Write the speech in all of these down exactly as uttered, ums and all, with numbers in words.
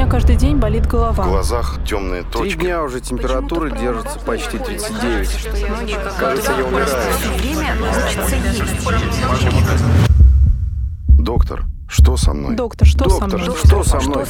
каждый день болит голова. В глазах темные точки. Три дня уже температура держится почти тридцать девять. Кажется, я умираю. Доктор, что со мной? Доктор, что Доктор, со мной? что со мной?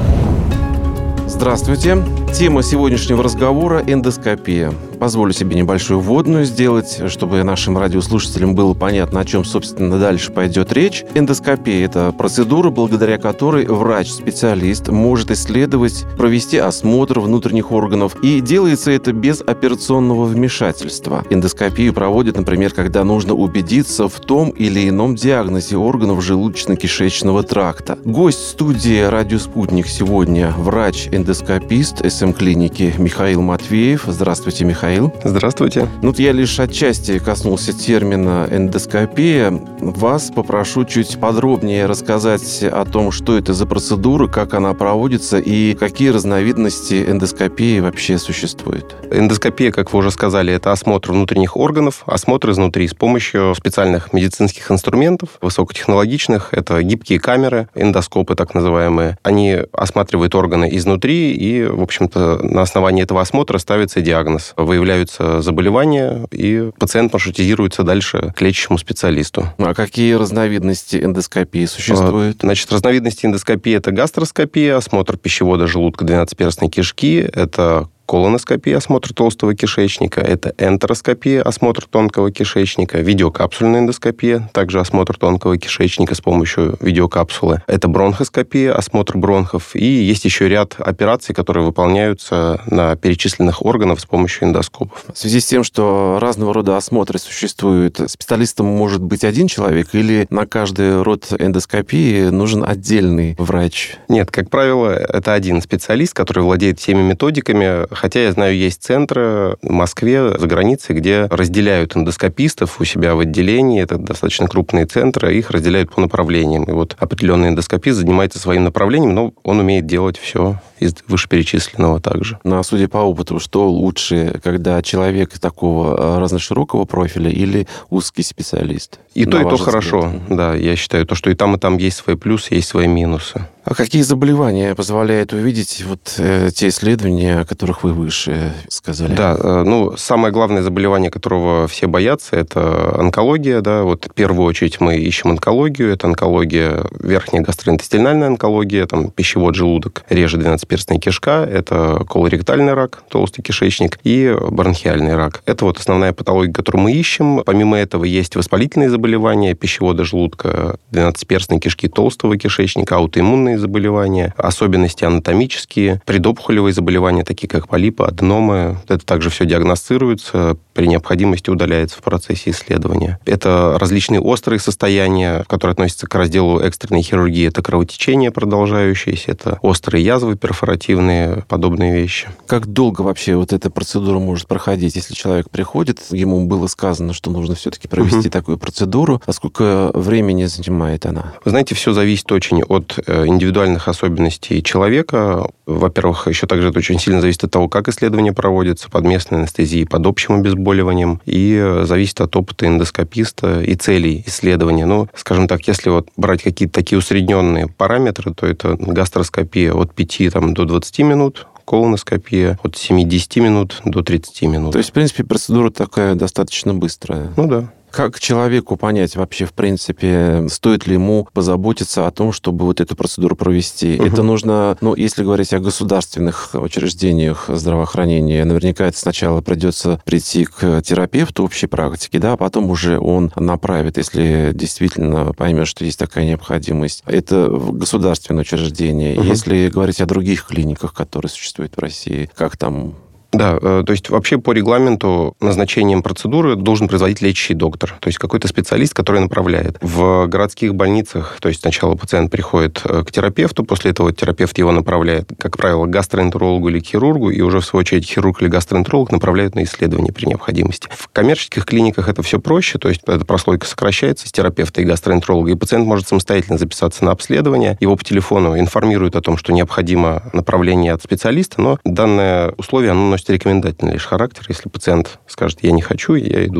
Здравствуйте. Тема сегодняшнего разговора – эндоскопия. Позволю себе небольшую вводную сделать, чтобы нашим радиослушателям было понятно, о чем, собственно, дальше пойдет речь. Эндоскопия – это процедура, благодаря которой врач-специалист может исследовать, провести осмотр внутренних органов. И делается это без операционного вмешательства. Эндоскопию проводят, например, когда нужно убедиться в том или ином диагнозе органов желудочно-кишечного тракта. Гость студии «Радио Спутник» сегодня – врач-эндоскопист эс эм-клиники Михаил Матвеев. Здравствуйте, Михаил. Здравствуйте. Ну, вот я лишь отчасти коснулся термина эндоскопия. Вас попрошу чуть подробнее рассказать о том, что это за процедура, как она проводится и какие разновидности эндоскопии вообще существуют. Эндоскопия, как вы уже сказали, это осмотр внутренних органов, осмотр изнутри с помощью специальных медицинских инструментов, высокотехнологичных. Это гибкие камеры, эндоскопы так называемые. Они осматривают органы изнутри, и, в общем-то, на основании этого осмотра ставится диагноз. Выявляются заболевания, и пациент маршрутизируется дальше к лечащему специалисту. А какие разновидности эндоскопии существуют? Значит, разновидности эндоскопии – это гастроскопия, осмотр пищевода, желудка, двенадцатиперстной кишки, это колоноскопия, осмотр толстого кишечника, это энтероскопия, осмотр тонкого кишечника, видеокапсульная эндоскопия, также осмотр тонкого кишечника с помощью видеокапсулы, это бронхоскопия, осмотр бронхов, и есть еще ряд операций, которые выполняются на перечисленных органах с помощью эндоскопов. В связи с тем, что разного рода осмотры существуют, специалистом может быть один человек или на каждый род эндоскопии нужен отдельный врач? Нет, как правило, это один специалист, который владеет всеми методиками. Хотя, я знаю, есть центры в Москве, за границей, где разделяют эндоскопистов у себя в отделении. Это достаточно крупные центры, их разделяют по направлениям. И вот определенный эндоскопист занимается своим направлением, но он умеет делать все из вышеперечисленного также. Ну, а судя по опыту, что лучше, когда человек такого разноширокого профиля или узкий специалист? И то, и то взгляд? хорошо. Да, я считаю, то, что и там, и там есть свои плюсы, есть свои минусы. А какие заболевания позволяют увидеть вот э, те исследования, о которых вы выше сказали? Да, э, ну, самое главное заболевание, которого все боятся, это онкология, да, вот в первую очередь мы ищем онкологию, это онкология, верхняя гастроинтестинальная онкология, там, пищевод, желудок, реже двенадцатиперстная кишка, это колоректальный рак, толстый кишечник и бронхиальный рак. Это вот основная патология, которую мы ищем. Помимо этого есть воспалительные заболевания пищевода, желудка, двенадцатиперстной кишки, толстого кишечника, аутоиммунные заболевания, особенности анатомические, предопухолевые заболевания, такие как полипы, аденомы. Это также все диагностируется, при необходимости удаляется в процессе исследования. Это различные острые состояния, которые относятся к разделу экстренной хирургии. Это кровотечение продолжающееся, это острые язвы перфоративные, подобные вещи. Как долго вообще вот эта процедура может проходить? Если человек приходит, ему было сказано, что нужно все-таки провести угу. такую процедуру, а сколько времени занимает она? Вы знаете, все зависит очень от индивидуальных особенностей человека. Во-первых, еще также это очень сильно зависит от того, как исследование проводится, под местной анестезией, под общим обезболиванием, и зависит от опыта эндоскописта и целей исследования. Ну, скажем так, если вот брать какие-то такие усредненные параметры, то это гастроскопия от пяти там, до двадцати минут, колоноскопия от семи-десяти минут до тридцати минут. То есть, в принципе, процедура такая достаточно быстрая. Ну да. Как человеку понять вообще, в принципе, стоит ли ему позаботиться о том, чтобы вот эту процедуру провести? Угу. Это нужно, ну, если говорить о государственных учреждениях здравоохранения, наверняка это сначала придется прийти к терапевту общей практики, да, а потом уже он направит, если действительно поймет, что есть такая необходимость. Это государственное учреждение. Угу. Если говорить о других клиниках, которые существуют в России, как там... Да, то есть вообще по регламенту назначением процедуры должен производить лечащий доктор, то есть какой-то специалист, который направляет. В городских больницах, то есть сначала пациент приходит к терапевту, после этого терапевт его направляет, как правило, к гастроэнтерологу или к хирургу, и уже в свою очередь хирург или гастроэнтеролог направляют на исследование при необходимости. В коммерческих клиниках это все проще, то есть эта прослойка сокращается с терапевта и гастроэнтеролога, и пациент может самостоятельно записаться на обследование, его по телефону информируют о том, что необходимо направление от специалиста, но данное условие, оно носит рекомендательный лишь характер. Если пациент скажет, я не хочу, я иду.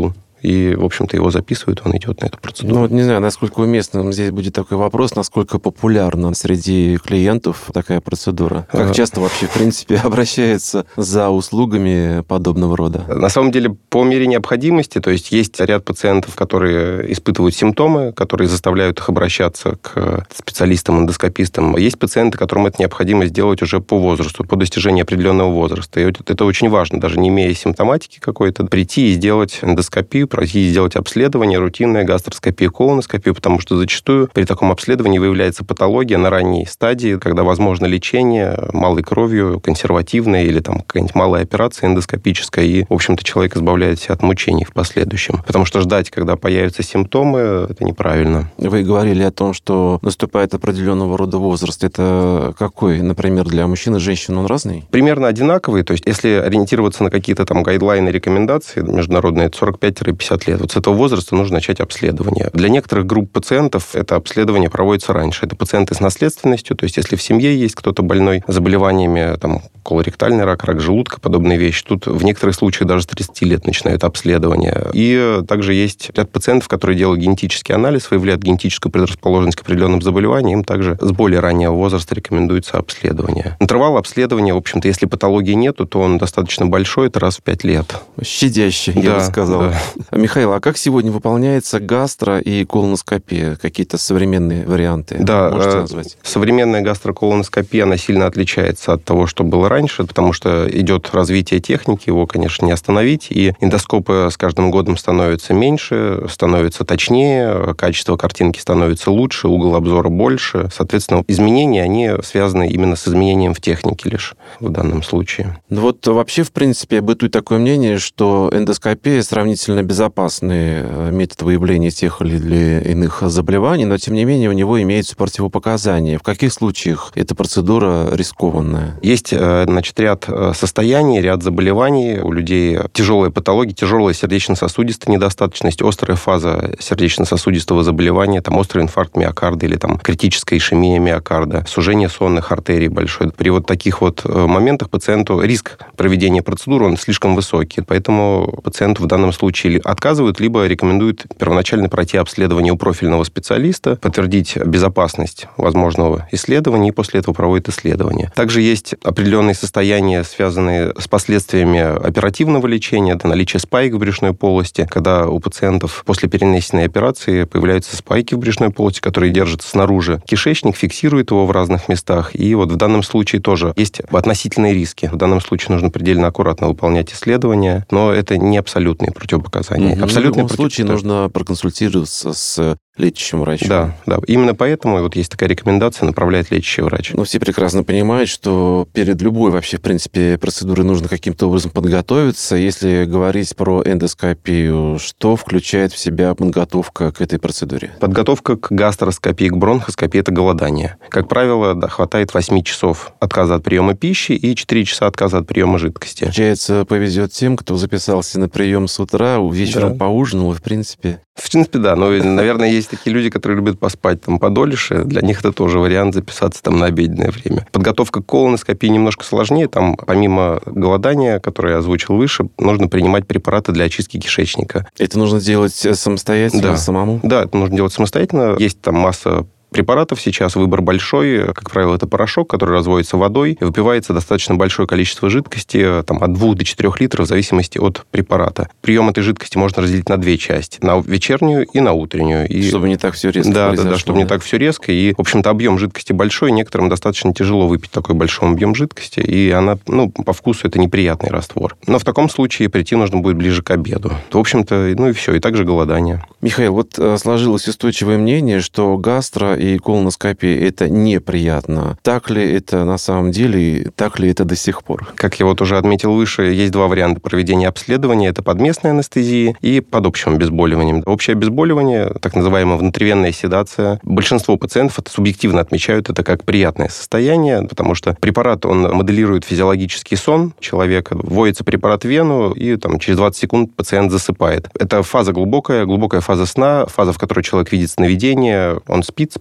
и, в общем-то, его записывают, он идет на эту процедуру. Ну, вот не знаю, насколько уместным здесь будет такой вопрос, насколько популярна среди клиентов такая процедура? Как часто вообще, в принципе, обращается за услугами подобного рода? На самом деле, по мере необходимости, то есть есть ряд пациентов, которые испытывают симптомы, которые заставляют их обращаться к специалистам, эндоскопистам. Есть пациенты, которым это необходимо сделать уже по возрасту, по достижении определенного возраста. И это очень важно, даже не имея симптоматики какой-то, прийти и сделать эндоскопию, пройти и сделать обследование, рутинное, гастроскопию, колоноскопию, потому что зачастую при таком обследовании выявляется патология на ранней стадии, когда возможно лечение малой кровью, консервативное или там какая-нибудь малая операция эндоскопическая, и, в общем-то, человек избавляется от мучений в последующем. Потому что ждать, когда появятся симптомы, это неправильно. Вы говорили о том, что наступает определенного рода возраст. Это какой, например, для мужчин и женщин он разный? Примерно одинаковый. То есть, если ориентироваться на какие-то там гайдлайны, рекомендации международные, это сорок пять - пятьдесят лет. Вот с этого возраста нужно начать обследование. Для некоторых групп пациентов это обследование проводится раньше. Это пациенты с наследственностью, то есть, если в семье есть кто-то больной заболеваниями, там, колоректальный рак, рак желудка, подобные вещи, тут в некоторых случаях даже с тридцати лет начинают обследование. И также есть ряд пациентов, которые делают генетический анализ, выявляют генетическую предрасположенность к определенным заболеваниям, им также с более раннего возраста рекомендуется обследование. Интервал обследования, в общем-то, если патологии нету, то он достаточно большой, это раз в пять лет. Щадящий, я да, бы сказал. Да. Михаил, а как сегодня выполняется гастро- и колоноскопия? Какие-то современные варианты да, можете назвать? Современная гастроколоноскопия, она сильно отличается от того, что было раньше, потому что идет развитие техники, его, конечно, не остановить, и эндоскопы с каждым годом становятся меньше, становятся точнее, качество картинки становится лучше, угол обзора больше. Соответственно, изменения, они связаны именно с изменением в технике лишь в данном случае. Ну вот вообще, в принципе, бытует такое мнение, что эндоскопия сравнительно безопасный метод выявления тех или иных заболеваний, но, тем не менее, у него имеются противопоказания. В каких случаях эта процедура рискованная? Есть, значит, ряд состояний, ряд заболеваний. У людей тяжелые патологии, тяжелая сердечно-сосудистая недостаточность, острая фаза сердечно-сосудистого заболевания, там острый инфаркт миокарда или там критическая ишемия миокарда, сужение сонных артерий большое. При вот таких вот моментах пациенту риск проведения процедуры, он слишком высокий, поэтому пациенту в данном случае отказывают, либо рекомендуют первоначально пройти обследование у профильного специалиста, подтвердить безопасность возможного исследования и после этого проводят исследование. Также есть определенные состояния, связанные с последствиями оперативного лечения, это наличие спаек в брюшной полости, когда у пациентов после перенесенной операции появляются спайки в брюшной полости, которые держатся снаружи. Кишечник фиксирует его в разных местах, и вот в данном случае тоже есть относительные риски. В данном случае нужно предельно аккуратно выполнять исследования, но это не абсолютные противопоказания. Mm-hmm. Абсолютные в любом случае нужно проконсультироваться с лечащим врачом. Да, да. Именно поэтому вот есть такая рекомендация, направляет лечащий врач. Но все прекрасно понимают, что перед любой вообще, в принципе, процедурой нужно каким-то образом подготовиться. Если говорить про эндоскопию, что включает в себя подготовка к этой процедуре? Подготовка к гастроскопии, к бронхоскопии – это голодание. Как правило, да, хватает восемь часов отказа от приема пищи и четыре часа отказа от приема жидкости. Получается, повезет тем, кто записался на прием с утра, вечером да. поужинал, и в принципе... В принципе, да. Но, наверное, есть такие люди, которые любят поспать там подольше. Для них это тоже вариант записаться там на обеденное время. Подготовка к колоноскопии немножко сложнее. Там, помимо голодания, которое я озвучил выше, нужно принимать препараты для очистки кишечника. Это нужно делать самостоятельно, да. самому? Да, это нужно делать самостоятельно. Есть там масса препаратов сейчас, выбор большой. Как правило, это порошок, который разводится водой и выпивается достаточно большое количество жидкости, там, от двух до четырёх литров, в зависимости от препарата. Прием этой жидкости можно разделить на две части. На вечернюю и на утреннюю. И... Чтобы не так все резко да, произошло. Да, да, чтобы да? не так все резко. И, в общем-то, объем жидкости большой. Некоторым достаточно тяжело выпить такой большой объем жидкости. И она, ну, по вкусу это неприятный раствор. Но в таком случае прийти нужно будет ближе к обеду. В общем-то, ну и все. И также голодание. Михаил, вот сложилось устойчивое мнение, что гастро и колоноскопия – это неприятно. Так ли это на самом деле, так ли это до сих пор? Как я вот уже отметил выше, есть два варианта проведения обследования. Это под местной анестезией и под общим обезболиванием. Общее обезболивание, так называемая внутривенная седация. Большинство пациентов это субъективно отмечают это как приятное состояние, потому что препарат, он моделирует физиологический сон человека. Вводится препарат в вену, и там, через двадцать секунд пациент засыпает. Это фаза глубокая, глубокая фаза сна, фаза, в которой человек видит сновидение, он спит спокойно,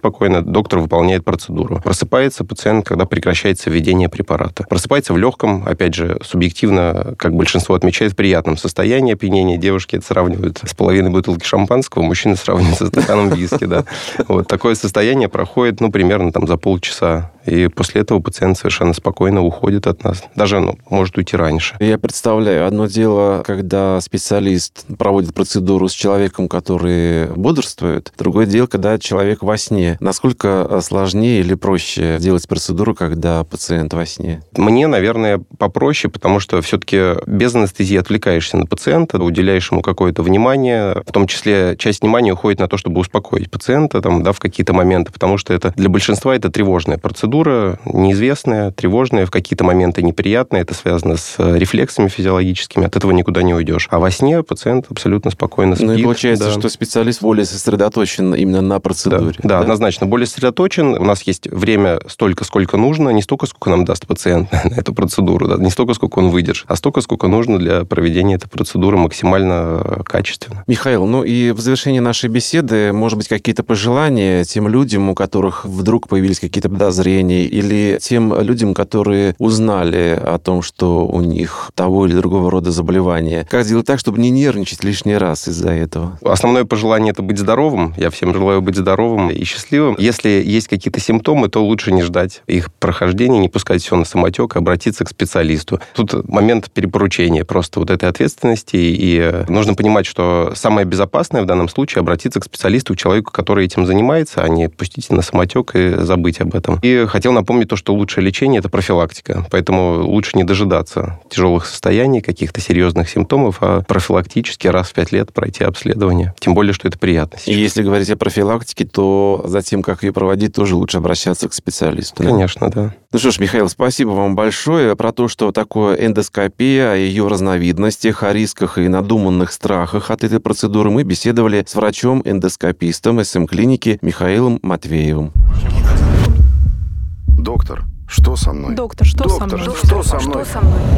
спокойно, доктор выполняет процедуру. Просыпается пациент, когда прекращается введение препарата. Просыпается в легком, опять же, субъективно, как большинство отмечает, в приятном состоянии опьянения. Девушки это сравнивают с половиной бутылки шампанского, мужчины сравнивают со стаканом виски. Да. Вот такое состояние проходит, ну, примерно там, за полчаса. И после этого пациент совершенно спокойно уходит от нас. Даже, ну, может уйти раньше. Я представляю, одно дело, когда специалист проводит процедуру с человеком, который бодрствует. Другое дело, когда человек во сне. Насколько сложнее или проще делать процедуру, когда пациент во сне? Мне, наверное, попроще, потому что все-таки без анестезии отвлекаешься на пациента, уделяешь ему какое-то внимание. В том числе часть внимания уходит на то, чтобы успокоить пациента там, да, в какие-то моменты, потому что это для большинства это тревожная процедура, неизвестная, тревожная, в какие-то моменты неприятная. Это связано с рефлексами физиологическими. От этого никуда не уйдешь. А во сне пациент абсолютно спокойно спит. Ну и получается, да. что специалист более сосредоточен именно на процедуре. Да, да, да, однозначно. Более сосредоточен. У нас есть время столько, сколько нужно. Не столько, сколько нам даст пациент на эту процедуру. Да, не столько, сколько он выдержит, а столько, сколько нужно для проведения этой процедуры максимально качественно. Михаил, ну и в завершении нашей беседы, может быть, какие-то пожелания тем людям, у которых вдруг появились какие-то подозрения, или тем людям, которые узнали о том, что у них того или другого рода заболевание. Как сделать так, чтобы не нервничать лишний раз из-за этого? Основное пожелание – это быть здоровым. Я всем желаю быть здоровым и счастливым. Если есть какие-то симптомы, то лучше не ждать их прохождения, не пускать все на самотек, а обратиться к специалисту. Тут момент перепоручения просто вот этой ответственности. И нужно понимать, что самое безопасное в данном случае – обратиться к специалисту, к человеку, который этим занимается, а не пустить на самотек и забыть об этом. И хотел напомнить то, что лучшее лечение – это профилактика. Поэтому лучше не дожидаться тяжелых состояний, каких-то серьезных симптомов, а профилактически раз в пять лет пройти обследование. Тем более, что это приятно сейчас. И если говорить о профилактике, то затем, как ее проводить, тоже лучше обращаться к специалисту. Конечно, да. Ну что ж, Михаил, спасибо вам большое. Про то, что такое эндоскопия, о ее разновидностях, о рисках и надуманных страхах от этой процедуры мы беседовали с врачом-эндоскопистом эс эм клиники Михаилом Матвеевым. Доктор, что со мной? Доктор, что Доктор, со мной? что со мной? Что со мной?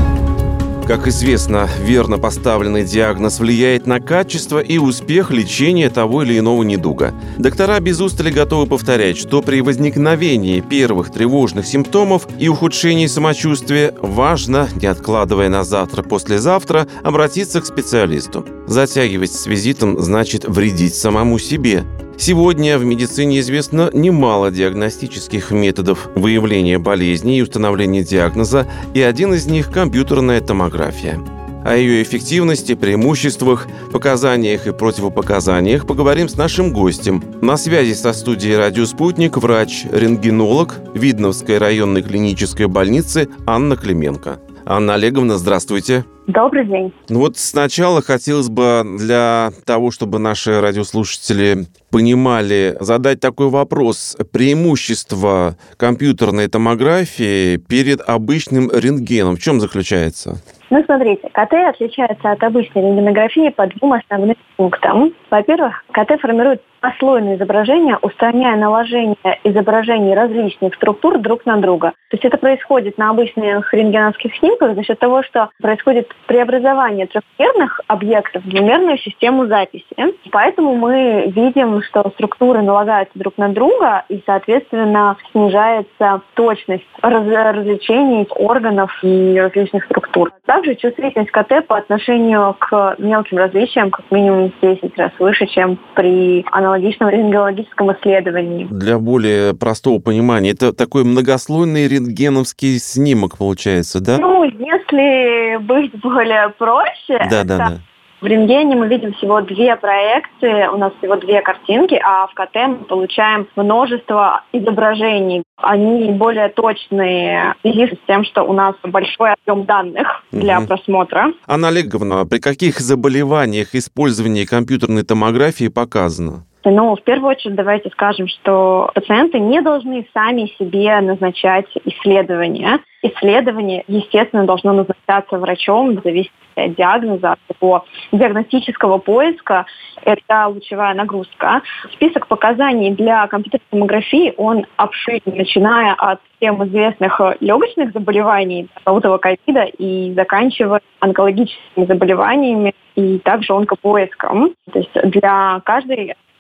Как известно, верно поставленный диагноз влияет на качество и успех лечения того или иного недуга. Доктора без устали готовы повторять, что при возникновении первых тревожных симптомов и ухудшении самочувствия важно, не откладывая на завтра-послезавтра, обратиться к специалисту. Затягивать с визитом значит вредить самому себе. Сегодня в медицине известно немало диагностических методов выявления болезней и установления диагноза, и один из них – компьютерная томография. О ее эффективности, преимуществах, показаниях и противопоказаниях поговорим с нашим гостем. На связи со студией «Радио Спутник» врач-рентгенолог Видновской районной клинической больницы Анна Клименко. Анна Олеговна, здравствуйте. Добрый день. Ну вот сначала хотелось бы для того, чтобы наши радиослушатели понимали, задать такой вопрос. Преимущество компьютерной томографии перед обычным рентгеном в чем заключается? Ну, смотрите, КТ отличается от обычной рентгенографии по двум основным пунктам. Во-первых, КТ формирует послойное изображение, устраняя наложение изображений различных структур друг на друга. То есть это происходит на обычных рентгеновских снимках за счет того, что происходит преобразование трехмерных объектов в двумерную систему записи. Поэтому мы видим, что структуры налагаются друг на друга, и, соответственно, снижается точность раз- различений органов и различных структур. Также чувствительность КТ по отношению к мелким различиям как минимум в десять раз выше, чем при аналогичном рентгенологическом исследовании. Для более простого понимания, это такой многослойный рентгеновский снимок получается, да? Ну, если быть более проще, да, это... да, да. В рентгене мы видим всего две проекции, у нас всего две картинки, а в КТ мы получаем множество изображений. Они более точные в связи с тем, что у нас большой объем данных для угу. просмотра. Анна Олеговна, при каких заболеваниях использование компьютерной томографии показано? Ну, в первую очередь, давайте скажем, что пациенты не должны сами себе назначать исследования. Исследование, естественно, должно назначаться врачом, в зависимости от диагноза, от его диагностического поиска. Это лучевая нагрузка. Список показаний для компьютерной томографии, он обширен, начиная от всем известных легочных заболеваний, пресловутого ковида, и заканчивая онкологическими заболеваниями и также онкопоиском. То есть для каждой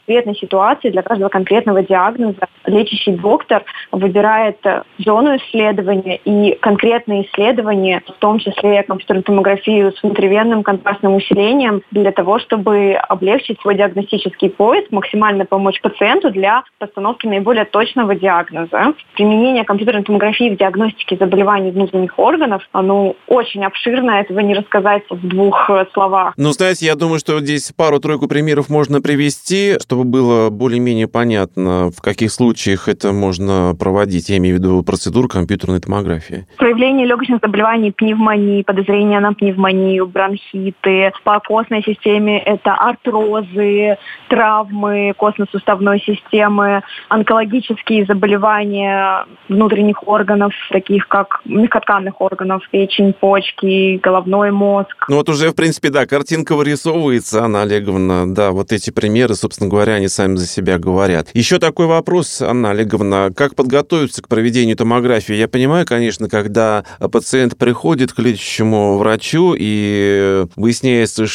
конкретной ситуации, для каждого конкретного диагноза лечащий доктор выбирает зону исследования и конкретные исследования, в том числе компьютерную томографию с внутривенным контрастным усилением, для того, чтобы облегчить свой диагностический поиск, максимально помочь пациенту для постановки наиболее точного диагноза. Применение компьютерной томографии в диагностике заболеваний внутренних органов, оно очень обширно, этого не рассказать в двух словах. Ну, знаете, я думаю, что здесь пару-тройку примеров можно привести, чтобы было более-менее понятно, в каких случаях это можно проводить. Я имею в виду процедуру компьютерной томографии. Проявление легочных заболеваний, пневмонии, подозрения на пневмонию, бронхиты. По костной системе это артрозы, травмы костно-суставной системы, онкологические заболевания внутренних органов, таких как мягкотканных органов, печень, почки, головной мозг. Ну вот уже, в принципе, да, картинка вырисовывается, Анна Олеговна. Да, вот эти примеры, собственно говоря, они сами за себя говорят. Еще такой вопрос, Анна Олеговна, как подготовиться к проведению томографии? Я понимаю, конечно, когда пациент приходит к лечащему врачу и выясняется,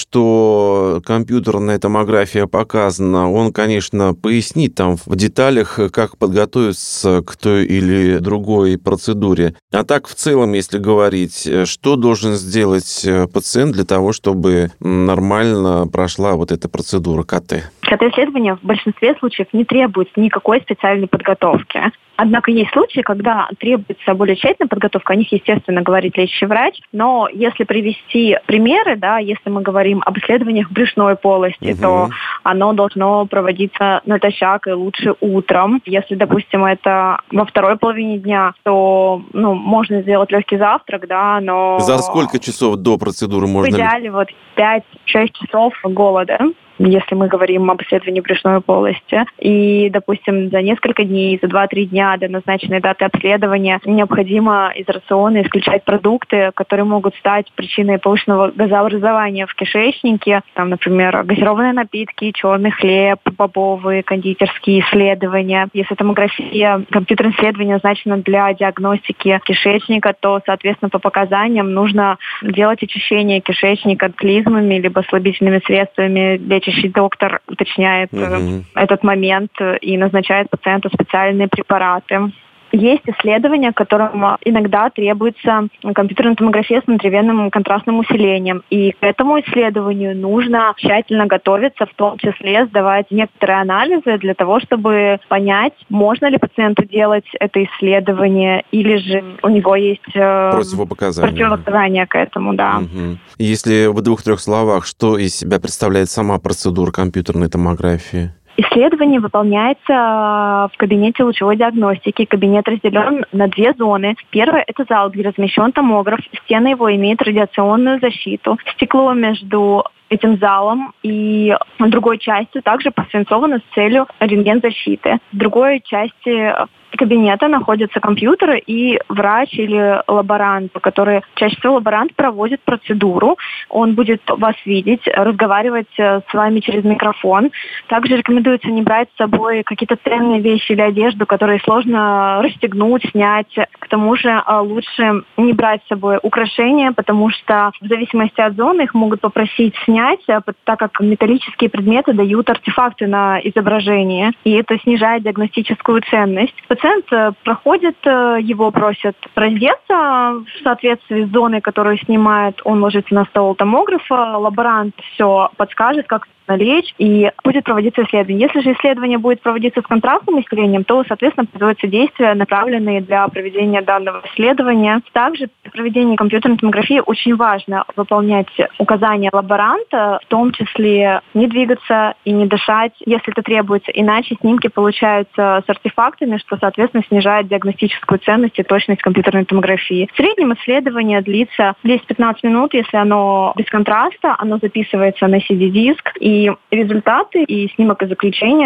что компьютерная томография показана, он, конечно, пояснит там в деталях, как подготовиться к той или другой процедуре. А так, в целом, если говорить, что должен сделать пациент для того, чтобы нормально прошла вот эта процедура КТ? КТ-исследования в большинстве случаев не требует никакой специальной подготовки. Однако есть случаи, когда требуется более тщательная подготовка, о них, естественно, говорит лечащий врач, но если привести примеры, да, если мы говорим об исследованиях брюшной полости, угу. то оно должно проводиться натощак и лучше утром. Если, допустим, это во второй половине дня, то ну, можно сделать легкий завтрак, да, но... За сколько часов до процедуры можно... В идеале вот пять-шесть часов голода, если мы говорим об исследовании брюшной полости. И, допустим, за несколько дней, за два-три дня до назначенной даты обследования необходимо из рациона исключать продукты, которые могут стать причиной повышенного газообразования в кишечнике. Там, например, газированные напитки, черный хлеб, бобовые, кондитерские исследования. Если томография, компьютерное исследование назначено для диагностики кишечника, то, соответственно, по показаниям нужно делать очищение кишечника клизмами либо слабительными средствами. Лечащий доктор уточняет угу. этот момент и назначает пациенту специальные препараты. Есть исследования, которым иногда требуется компьютерная томография с внутривенным контрастным усилением. И к этому исследованию нужно тщательно готовиться, в том числе сдавать некоторые анализы для того, чтобы понять, можно ли пациенту делать это исследование, или же у него есть противопоказания, противопоказания к этому. Да. Угу. Если в двух-трех словах, что из себя представляет сама процедура компьютерной томографии? Исследование выполняется в кабинете лучевой диагностики. Кабинет разделен на две зоны. Первая – это зал, где размещен томограф. Стены его имеют радиационную защиту. Стекло между этим залом и другой частью также посвинцовано с целью рентгензащиты. В другой части кабинета находятся компьютеры и врач или лаборант, который чаще всего лаборант проводит процедуру. Он будет вас видеть, разговаривать с вами через микрофон. Также рекомендуется не брать с собой какие-то ценные вещи или одежду, которые сложно расстегнуть, снять. К тому же лучше не брать с собой украшения, потому что в зависимости от зоны их могут попросить снять, так как металлические предметы дают артефакты на изображение, и это снижает диагностическую ценность. Пациент проходит, его просят раздеться в соответствии с зоной, которую снимает. Он ложится на стол томографа, лаборант все подскажет, как лечь, и будет проводиться исследование. Если же исследование будет проводиться с контрастным исследованием, то, соответственно, производятся действия, направленные для проведения данного исследования. Также при проведении компьютерной томографии очень важно выполнять указания лаборанта, в том числе не двигаться и не дышать, если это требуется, иначе снимки получаются с артефактами, что, соответственно, снижает диагностическую ценность и точность компьютерной томографии. В среднем исследование длится десять-пятнадцать минут, если оно без контраста, оно записывается на си ди-диск, и результаты и снимок и заключение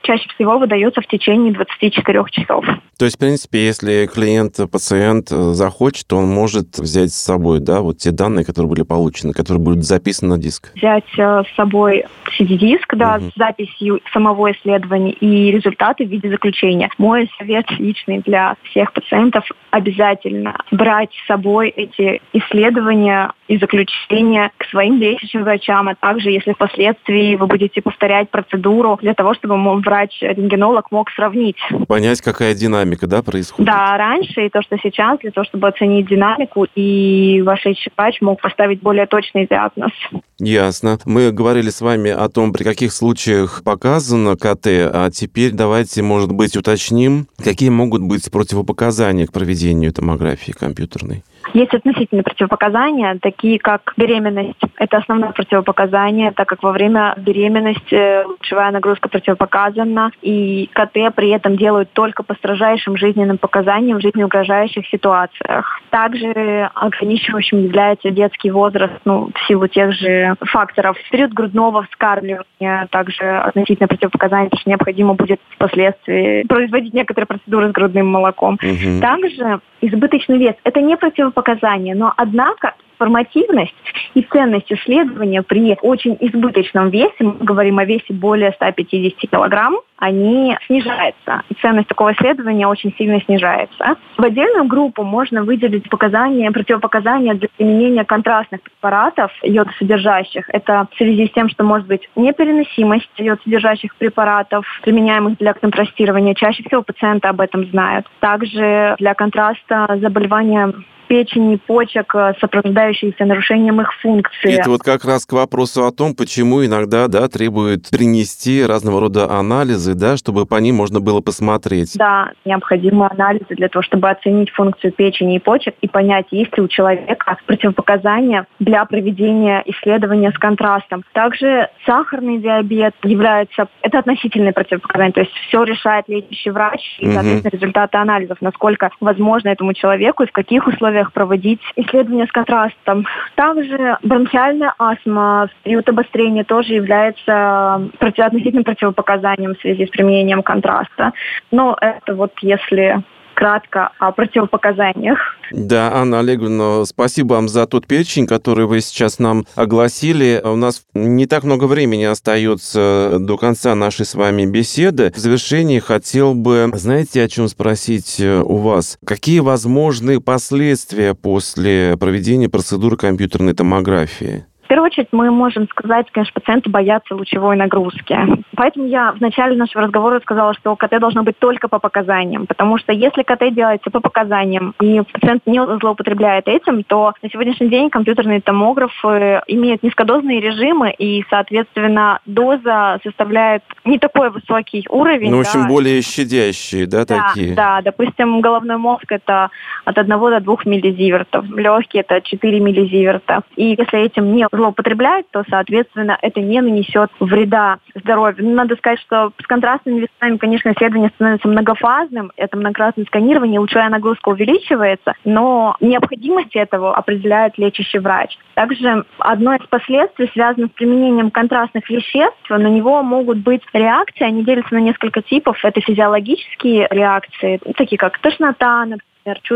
чаще всего выдаются в течение двадцати четырёх часов. То есть, в принципе, если клиент, пациент захочет, то он может взять с собой, да, вот те данные, которые были получены, которые будут записаны на диск? Взять с собой си ди-диск, да, угу. с записью самого исследования и результаты в виде заключения. Мой совет личный для всех пациентов – обязательно брать с собой эти исследования и заключения к своим лечащим врачам, а также, если впоследствии вы будете повторять процедуру, для того, чтобы врач-рентгенолог мог сравнить. Понять, какая динамика, да, происходит? Да, раньше и то, что сейчас, для того, чтобы оценить динамику, и ваш лечащий врач мог поставить более точный диагноз. Ясно. Мы говорили с вами о том, при каких случаях показано КТ, а теперь давайте, может быть, уточним, какие могут быть противопоказания к проведению томографии компьютерной. Есть относительные противопоказания, такие как беременность. Это основное противопоказание, так как во время беременности лучевая нагрузка противопоказана, и КТ при этом делают только по строжайшим жизненным показаниям в жизнеугрожающих ситуациях. Также ограничивающим является детский возраст, ну, в силу тех же факторов. В период грудного вскармливания также относительно противопоказания, потому что необходимо будет впоследствии производить некоторые процедуры с грудным молоком. Угу. Также избыточный вес – это не противопоказание, но однако информативность и ценность исследования при очень избыточном весе, мы говорим о весе более ста пятидесяти килограмм, они снижаются. И ценность такого исследования очень сильно снижается. В отдельную группу можно выделить показания, противопоказания для применения контрастных препаратов йодосодержащих. Это в связи с тем, что может быть непереносимость йодосодержащих препаратов, применяемых для контрастирования. Чаще всего пациенты об этом знают. Также для контраста заболевания печени, почек, сопровождающиеся нарушением их функции. Это вот как раз к вопросу о том, почему иногда, да, требуют принести разного рода анализы, да, чтобы по ним можно было посмотреть. Да, необходимы анализы для того, чтобы оценить функцию печени и почек и понять, есть ли у человека противопоказания для проведения исследования с контрастом. Также сахарный диабет является, это относительные противопоказания, то есть все решает лечащий врач и, соответственно, угу. результаты анализов, насколько возможно этому человеку и в каких условиях проводить исследования с контрастом. Также бронхиальная астма в период обострения тоже является против, относительным противопоказанием в связи с применением контраста. Но это вот если кратко о противопоказаниях. Да, Анна Олеговна, спасибо вам за тот перечень, который вы сейчас нам огласили. У нас не так много времени остается до конца нашей с вами беседы. В завершении хотел бы, знаете, о чем спросить у вас? Какие возможны последствия после проведения процедуры компьютерной томографии? В первую очередь мы можем сказать, конечно, пациенты боятся лучевой нагрузки. Поэтому я в начале нашего разговора сказала, что КТ должно быть только по показаниям. Потому что если КТ делается по показаниям, и пациент не злоупотребляет этим, то на сегодняшний день компьютерные томографы имеют низкодозные режимы, и, соответственно, доза составляет не такой высокий уровень. Ну, в общем, да. более щадящие, да, да, такие? Да, допустим, головной мозг – это от одного до двух миллизивертов, легкие – это четыре миллизиверта. И если этим не злоупотребляет, то, соответственно, это не нанесет вреда здоровью. Надо сказать, что с контрастными весами, конечно, исследование становится многофазным, это многократное сканирование, лучевая нагрузка увеличивается, но необходимость этого определяет лечащий врач. Также одно из последствий связано с применением контрастных веществ. На него могут быть реакции, они делятся на несколько типов. Это физиологические реакции, такие как тошнота, например,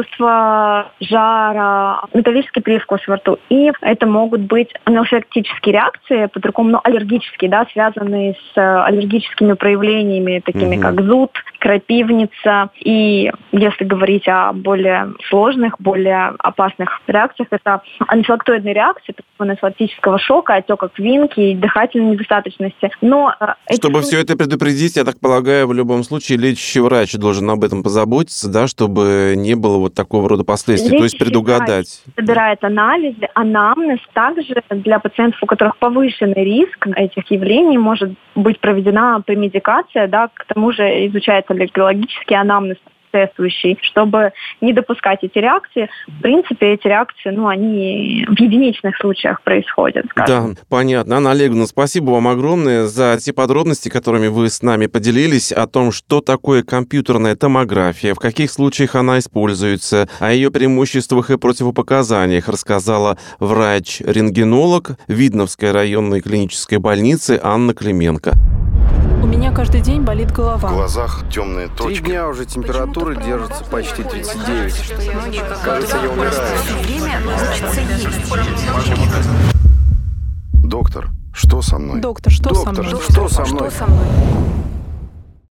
чувство жара, металлический привкус во рту. И это могут быть анафилактические реакции, по-другому, но аллергические, да, связанные с аллергическими проявлениями, такими угу. как зуд, крапивница. И если говорить о более сложных, более опасных реакциях, это анафилактоидные реакции, анафилактического шока, отека квинки, дыхательной недостаточности. Но чтобы эти... все это предупредить, я так полагаю, в любом случае лечащий врач должен об этом позаботиться, да, чтобы не было вот такого рода последствий, то есть предугадать. Собирает анализы, анамнез. Также для пациентов, у которых повышенный риск этих явлений, может быть проведена премедикация, да, к тому же изучается аллергологический анамнез соответствующий, чтобы не допускать эти реакции. В принципе, эти реакции, ну, они в единичных случаях происходят, скажем. Да, понятно. Анна Олеговна, спасибо вам огромное за те подробности, которыми вы с нами поделились, о том, что такое компьютерная томография, в каких случаях она используется, о ее преимуществах и противопоказаниях, рассказала врач-рентгенолог Видновской районной клинической больницы Анна Клименко. У меня меня каждый день болит голова. В глазах темные Три точки. дня уже температура держится почти тридцать девять. Кажется, я умираю. Доктор, что со мной? Доктор, что Доктор, со мной? что со мной? Что со мной?